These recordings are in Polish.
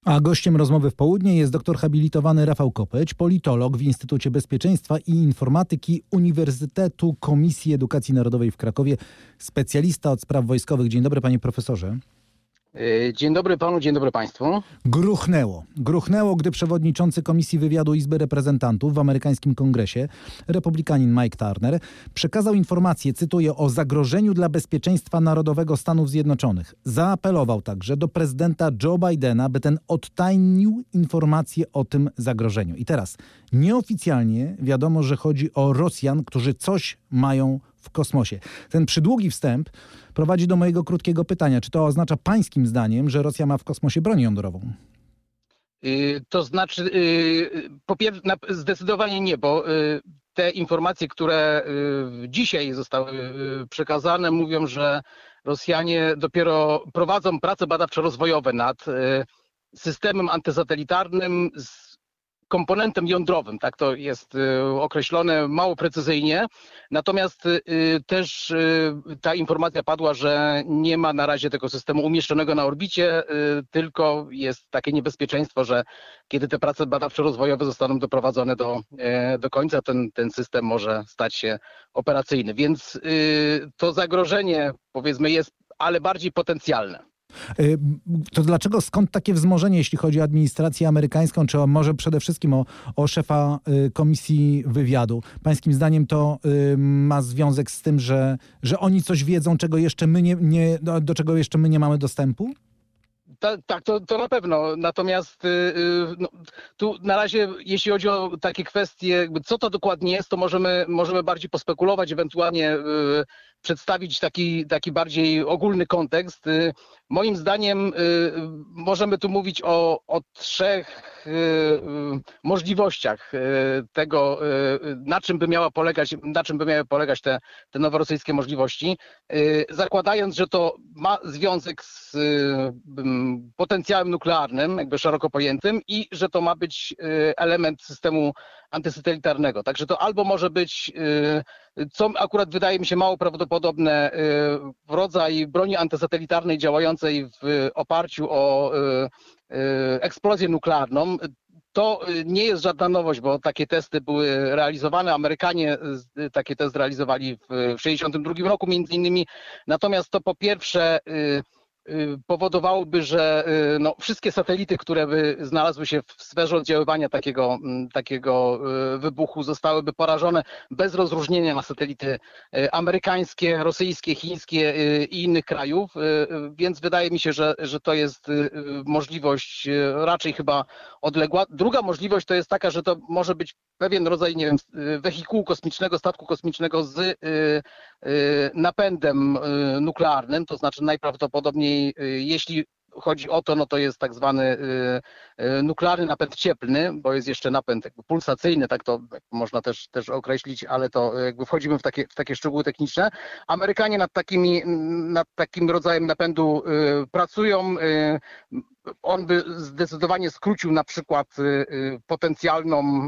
A gościem rozmowy w południe jest doktor habilitowany Rafał Kopeć, politolog w Instytucie Bezpieczeństwa i Informatyki Uniwersytetu Komisji Edukacji Narodowej w Krakowie, specjalista od spraw wojskowych. Dzień dobry, panie profesorze. Dzień dobry panu, dzień dobry państwu. Gruchnęło, gdy przewodniczący Komisji Wywiadu Izby Reprezentantów w amerykańskim kongresie, republikanin Mike Turner, przekazał informację, cytuję, o zagrożeniu dla bezpieczeństwa narodowego Stanów Zjednoczonych. Zaapelował także do prezydenta Joe Bidena, by ten odtajnił informacje o tym zagrożeniu. I teraz nieoficjalnie wiadomo, że chodzi o Rosjan, którzy coś mają w kosmosie. Ten przydługi wstęp prowadzi do mojego krótkiego pytania. Czy to oznacza pańskim zdaniem, że Rosja ma w kosmosie broń jądrową? To znaczy, po pierwsze, zdecydowanie nie, bo te informacje, które dzisiaj zostały przekazane, mówią, że Rosjanie dopiero prowadzą prace badawczo-rozwojowe nad systemem antysatelitarnym z komponentem jądrowym, tak to jest określone mało precyzyjnie. Natomiast też ta informacja padła, że nie ma na razie tego systemu umieszczonego na orbicie, tylko jest takie niebezpieczeństwo, że kiedy te prace badawczo-rozwojowe zostaną doprowadzone do końca, ten system może stać się operacyjny. Więc to zagrożenie, powiedzmy, jest, ale bardziej potencjalne. To dlaczego, skąd takie wzmożenie, jeśli chodzi o administrację amerykańską, czy może przede wszystkim o szefa Komisji Wywiadu? Pańskim zdaniem to ma związek z tym, że oni coś wiedzą, czego jeszcze my do czego jeszcze my nie mamy dostępu? Tak, to na pewno. Natomiast tu na razie, jeśli chodzi o takie kwestie, jakby co to dokładnie jest, to możemy bardziej pospekulować, ewentualnie przedstawić taki bardziej ogólny kontekst. Moim zdaniem możemy tu mówić o trzech możliwościach tego, na czym by miały polegać te noworosyjskie możliwości, zakładając, że to ma związek z potencjałem nuklearnym, jakby szeroko pojętym, i że to ma być element systemu antysatelitarnego. Także to albo może być, co akurat wydaje mi się mało prawdopodobne, rodzaj broni antysatelitarnej działającej w oparciu o eksplozję nuklearną. To nie jest żadna nowość, bo takie testy były realizowane. Amerykanie takie testy realizowali w 1962 roku między innymi. Natomiast to po pierwsze powodowałoby, że wszystkie satelity, które by znalazły się w sferze oddziaływania takiego wybuchu, zostałyby porażone bez rozróżnienia na satelity amerykańskie, rosyjskie, chińskie i innych krajów. Więc wydaje mi się, że to jest możliwość raczej chyba odległa. Druga możliwość to jest taka, że to może być pewien rodzaj, nie wiem, wehikułu kosmicznego, statku kosmicznego z napędem nuklearnym, to znaczy najprawdopodobniej, jeśli chodzi o to, no to jest tak zwany nuklearny napęd cieplny, bo jest jeszcze napęd jakby pulsacyjny, tak to można też określić, ale to jakby wchodzimy w takie szczegóły techniczne. Amerykanie nad takim rodzajem napędu pracują. On by zdecydowanie skrócił na przykład potencjalną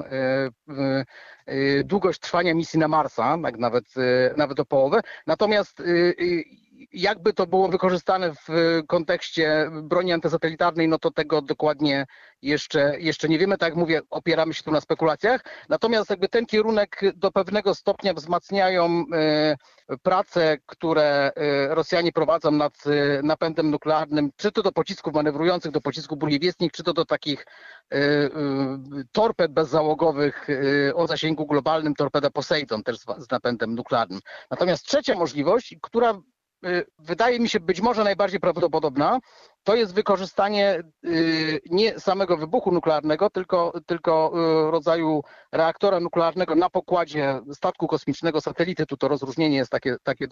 długość trwania misji na Marsa, tak nawet o połowę. Natomiast jakby to było wykorzystane w kontekście broni antysatelitarnej, no to tego dokładnie jeszcze nie wiemy. Tak jak mówię, opieramy się tu na spekulacjach. Natomiast jakby ten kierunek do pewnego stopnia wzmacniają prace, które Rosjanie prowadzą nad napędem nuklearnym, czy to do pocisków manewrujących, do pocisków burjewieckich, czy to do takich torped bezzałogowych o zasięgu globalnym, torpeda Poseidon też z napędem nuklearnym. Natomiast trzecia możliwość, która wydaje mi się być może najbardziej prawdopodobna, to jest wykorzystanie nie samego wybuchu nuklearnego, tylko rodzaju reaktora nuklearnego na pokładzie statku kosmicznego, satelity. Tu to rozróżnienie jest takie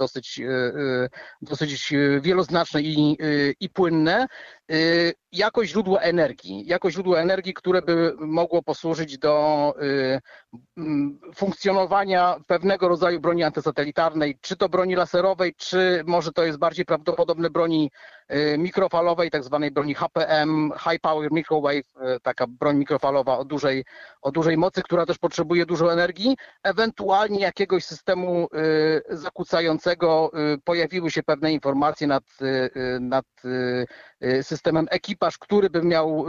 dosyć wieloznaczne i płynne, jako źródło energii, które by mogło posłużyć do funkcjonowania pewnego rodzaju broni antysatelitarnej, czy to broni laserowej, czy może to jest bardziej prawdopodobne broni mikrofalowej, tak zwanej broni HPM, High Power Microwave, taka broń mikrofalowa o dużej mocy, która też potrzebuje dużo energii, ewentualnie jakiegoś systemu zakłócającego. Pojawiły się pewne informacje nad systemem Ekipaż, który by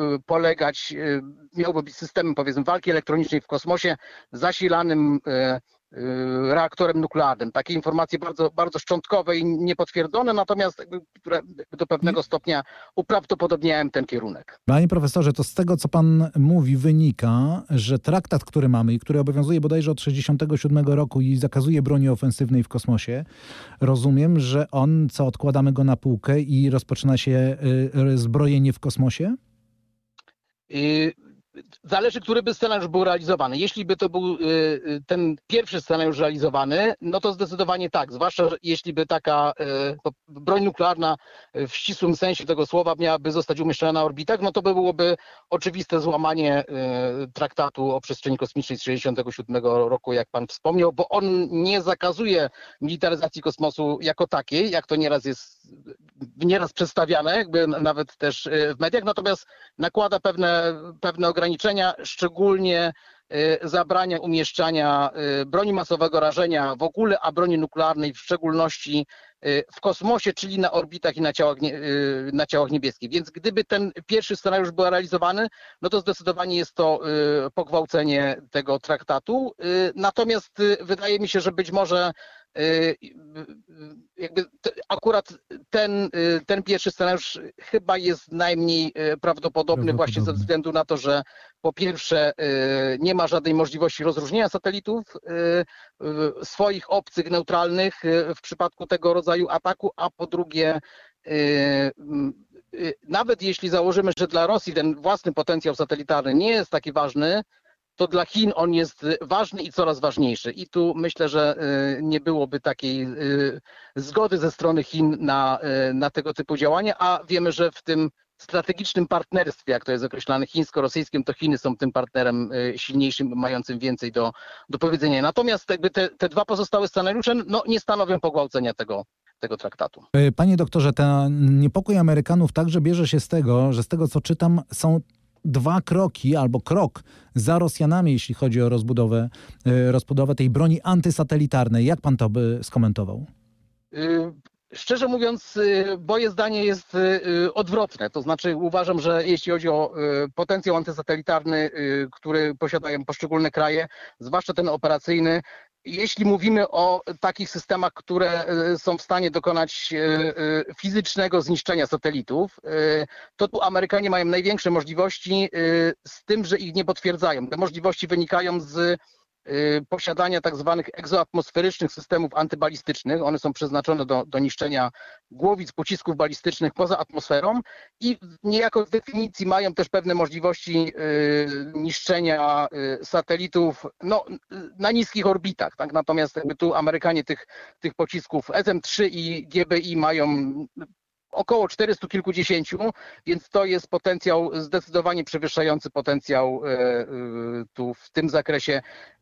miałby być systemem, powiedzmy, walki elektronicznej w kosmosie zasilanym reaktorem nuklearnym. Takie informacje bardzo, bardzo szczątkowe i niepotwierdzone, natomiast które do pewnego stopnia uprawdopodobniają ten kierunek. Panie profesorze, to z tego, co pan mówi, wynika, że traktat, który mamy i który obowiązuje bodajże od 1967 roku i zakazuje broni ofensywnej w kosmosie, rozumiem, że odkładamy go na półkę i rozpoczyna się zbrojenie w kosmosie? Zależy, który by scenariusz był realizowany. Jeśli by to był ten pierwszy scenariusz realizowany, no to zdecydowanie tak. Zwłaszcza jeśli by taka broń nuklearna w ścisłym sensie tego słowa miałaby zostać umieszczona na orbitach, no to byłoby oczywiste złamanie traktatu o przestrzeni kosmicznej z 1967 roku, jak pan wspomniał, bo on nie zakazuje militaryzacji kosmosu jako takiej, jak to nieraz przedstawiane, jakby nawet też w mediach, natomiast nakłada pewne ograniczenia, szczególnie zabrania umieszczania broni masowego rażenia w ogóle, a broni nuklearnej w szczególności w kosmosie, czyli na orbitach i na ciałach niebieskich. Więc gdyby ten pierwszy scenariusz był realizowany, no to zdecydowanie jest to pogwałcenie tego traktatu. Natomiast wydaje mi się, że być może akurat ten pierwszy scenariusz chyba jest najmniej prawdopodobny właśnie ze względu na to, że po pierwsze nie ma żadnej możliwości rozróżnienia satelitów swoich, obcych, neutralnych w przypadku tego rodzaju ataku, a po drugie nawet jeśli założymy, że dla Rosji ten własny potencjał satelitarny nie jest taki ważny, to dla Chin on jest ważny i coraz ważniejszy. I tu myślę, że nie byłoby takiej zgody ze strony Chin na tego typu działania, a wiemy, że w tym strategicznym partnerstwie, jak to jest określane chińsko-rosyjskim, to Chiny są tym partnerem silniejszym, mającym więcej do powiedzenia. Natomiast jakby te dwa pozostałe scenariusze nie stanowią pogwałcenia tego traktatu. Panie doktorze, ten niepokój Amerykanów także bierze się z tego, że z tego co czytam są dwa kroki albo krok za Rosjanami, jeśli chodzi o rozbudowę tej broni antysatelitarnej. Jak pan to by skomentował? Szczerze mówiąc, moje zdanie jest odwrotne. To znaczy uważam, że jeśli chodzi o potencjał antysatelitarny, który posiadają poszczególne kraje, zwłaszcza ten operacyjny, jeśli mówimy o takich systemach, które są w stanie dokonać fizycznego zniszczenia satelitów, to tu Amerykanie mają największe możliwości, z tym, że ich nie potwierdzają. Te możliwości wynikają z posiadania tak zwanych egzoatmosferycznych systemów antybalistycznych. One są przeznaczone do niszczenia głowic pocisków balistycznych poza atmosferą i niejako z definicji mają też pewne możliwości niszczenia satelitów na niskich orbitach. Tak? Natomiast jakby tu Amerykanie tych pocisków SM-3 i GBI mają około 400 kilkudziesięciu, więc to jest potencjał zdecydowanie przewyższający potencjał tu w tym zakresie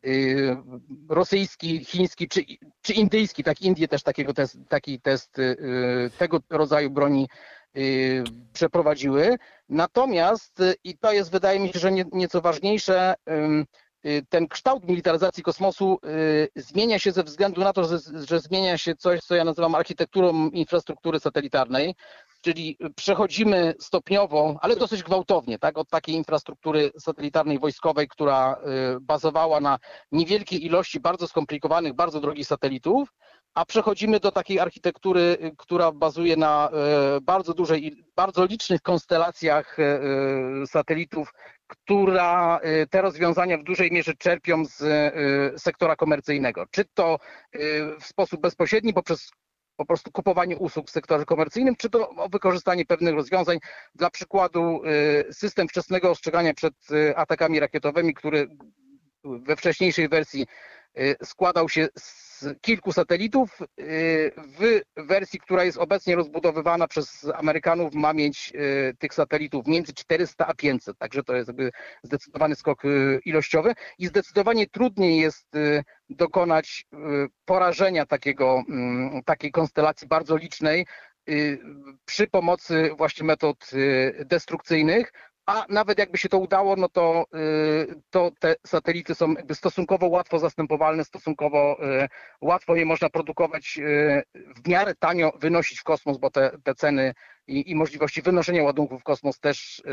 rosyjski, chiński czy indyjski. Tak, Indie też taki test tego rodzaju broni przeprowadziły. Natomiast, i to jest wydaje mi się, że nieco ważniejsze, ten kształt militaryzacji kosmosu zmienia się ze względu na to, że zmienia się coś, co ja nazywam architekturą infrastruktury satelitarnej, czyli przechodzimy stopniowo, ale dosyć gwałtownie, tak, od takiej infrastruktury satelitarnej wojskowej, która bazowała na niewielkiej ilości bardzo skomplikowanych, bardzo drogich satelitów, a przechodzimy do takiej architektury, która bazuje na bardzo dużej, bardzo licznych konstelacjach satelitów, która te rozwiązania w dużej mierze czerpią z sektora komercyjnego. Czy to w sposób bezpośredni poprzez po prostu kupowanie usług w sektorze komercyjnym, czy to o wykorzystanie pewnych rozwiązań. Dla przykładu system wczesnego ostrzegania przed atakami rakietowymi, który we wcześniejszej wersji składał się z kilku satelitów. W wersji, która jest obecnie rozbudowywana przez Amerykanów, ma mieć tych satelitów między 400 a 500. Także to jest jakby zdecydowany skok ilościowy i zdecydowanie trudniej jest dokonać porażenia takiej konstelacji bardzo licznej przy pomocy właśnie metod destrukcyjnych, a nawet jakby się to udało, no to te satelity są jakby stosunkowo łatwo zastępowalne, stosunkowo łatwo je można produkować, w miarę tanio wynosić w kosmos, bo te ceny i możliwości wynoszenia ładunków w kosmos też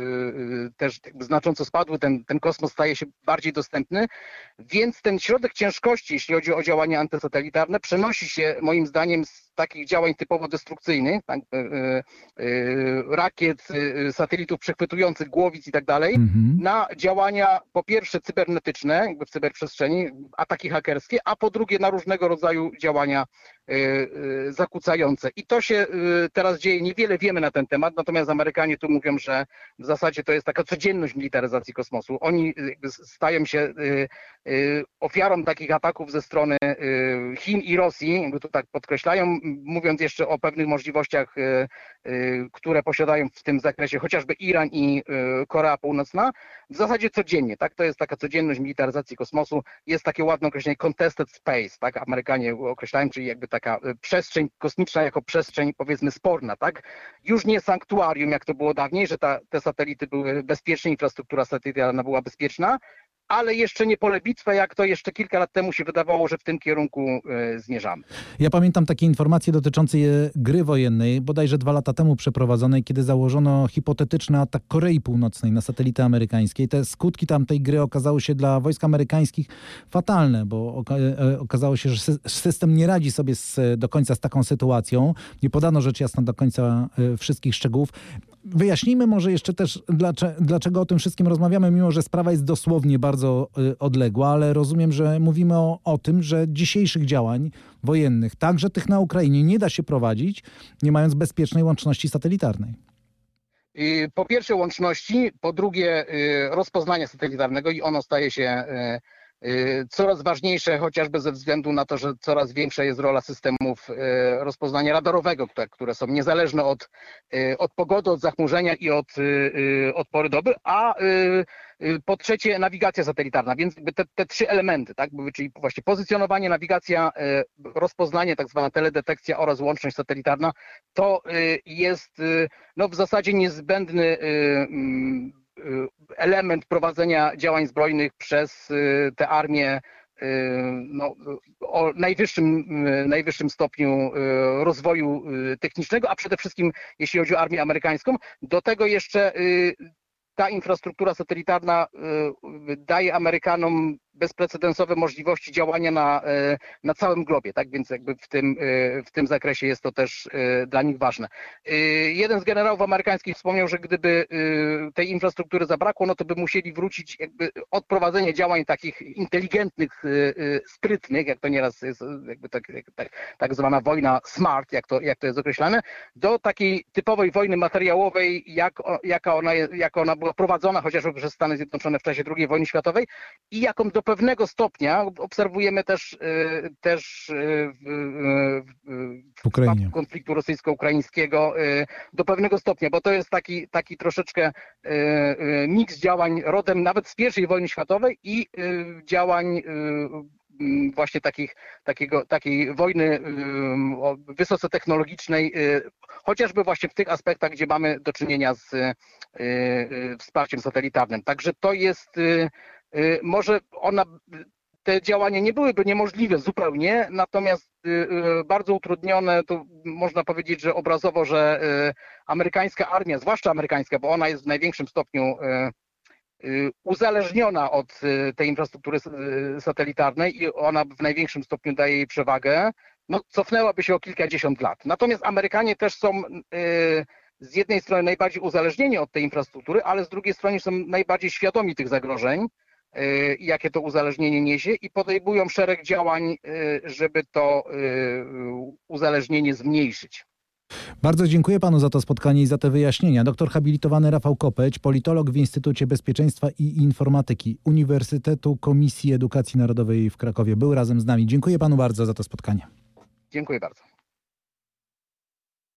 jakby znacząco spadły, ten kosmos staje się bardziej dostępny, więc ten środek ciężkości, jeśli chodzi o działania antysatelitarne, przenosi się moim zdaniem z takich działań typowo destrukcyjnych, tak, rakiet, satelitów przechwytujących, głowic i tak dalej, na działania po pierwsze cybernetyczne, jakby w cyberprzestrzeni, ataki hakerskie, a po drugie na różnego rodzaju działania zakłócające. I to się teraz dzieje, niewiele wiemy na ten temat, natomiast Amerykanie tu mówią, że w zasadzie to jest taka codzienność militaryzacji kosmosu. Oni stają się ofiarą takich ataków ze strony Chin i Rosji, jakby to tak podkreślają, mówiąc jeszcze o pewnych możliwościach, które posiadają w tym zakresie chociażby Iran i Korea Północna, w zasadzie codziennie, tak? To jest taka codzienność militaryzacji kosmosu, jest takie ładne określenie contested space, tak? Amerykanie określają, czyli jakby taka przestrzeń kosmiczna jako przestrzeń, powiedzmy, sporna, tak? Już nie sanktuarium, jak to było dawniej, że te satelity były bezpieczne, infrastruktura satelitarna była bezpieczna, ale jeszcze nie pole bitwy, jak to jeszcze kilka lat temu się wydawało, że w tym kierunku zmierzamy. Ja pamiętam takie informacje dotyczące gry wojennej, bodajże 2 lata temu przeprowadzonej, kiedy założono hipotetyczny atak Korei Północnej na satelity amerykańskie. Te skutki tamtej gry okazały się dla wojsk amerykańskich fatalne, bo okazało się, że system nie radzi sobie do końca z taką sytuacją. Nie podano rzecz jasna do końca wszystkich szczegółów. Wyjaśnijmy może jeszcze też, dlaczego o tym wszystkim rozmawiamy, mimo że sprawa jest dosłownie bardzo odległa, ale rozumiem, że mówimy o tym, że dzisiejszych działań wojennych, także tych na Ukrainie, nie da się prowadzić, nie mając bezpiecznej łączności satelitarnej. Po pierwsze łączności, po drugie rozpoznania satelitarnego i ono staje się coraz ważniejsze, chociażby ze względu na to, że coraz większa jest rola systemów rozpoznania radarowego, które są niezależne od pogody, od zachmurzenia i od pory doby, a po trzecie nawigacja satelitarna, więc te 3 elementy, tak, czyli właśnie pozycjonowanie, nawigacja, rozpoznanie, tak zwana teledetekcja oraz łączność satelitarna, to jest w zasadzie niezbędny element prowadzenia działań zbrojnych przez tę armię o najwyższym stopniu rozwoju technicznego, a przede wszystkim jeśli chodzi o armię amerykańską. Do tego jeszcze ta infrastruktura satelitarna daje Amerykanom bezprecedensowe możliwości działania na całym globie, tak? Więc jakby w tym zakresie jest to też dla nich ważne. Jeden z generałów amerykańskich wspomniał, że gdyby tej infrastruktury zabrakło, no to by musieli wrócić jakby od prowadzenia działań takich inteligentnych, sprytnych, jak to nieraz jest jakby tak zwana wojna smart, jak to jest określane, do takiej typowej wojny materiałowej, jaka ona była prowadzona chociażby przez Stany Zjednoczone w czasie II wojny światowej i jaką do pewnego stopnia obserwujemy też w przypadku konfliktu rosyjsko-ukraińskiego do pewnego stopnia, bo to jest taki troszeczkę miks działań rodem nawet z I wojny światowej i działań właśnie takiej wojny wysoce technologicznej, chociażby właśnie w tych aspektach, gdzie mamy do czynienia z wsparciem satelitarnym. Także to jest może te działania nie byłyby niemożliwe zupełnie, natomiast bardzo utrudnione, to można powiedzieć, że obrazowo, że amerykańska armia, zwłaszcza amerykańska, bo ona jest w największym stopniu uzależniona od tej infrastruktury satelitarnej i ona w największym stopniu daje jej przewagę, cofnęłaby się o kilkadziesiąt lat. Natomiast Amerykanie też są z jednej strony najbardziej uzależnieni od tej infrastruktury, ale z drugiej strony są najbardziej świadomi tych zagrożeń, jakie to uzależnienie niesie i podejmują szereg działań, żeby to uzależnienie zmniejszyć. Bardzo dziękuję panu za to spotkanie i za te wyjaśnienia. Doktor habilitowany Rafał Kopeć, politolog w Instytucie Bezpieczeństwa i Informatyki Uniwersytetu Komisji Edukacji Narodowej w Krakowie, był razem z nami. Dziękuję panu bardzo za to spotkanie. Dziękuję bardzo.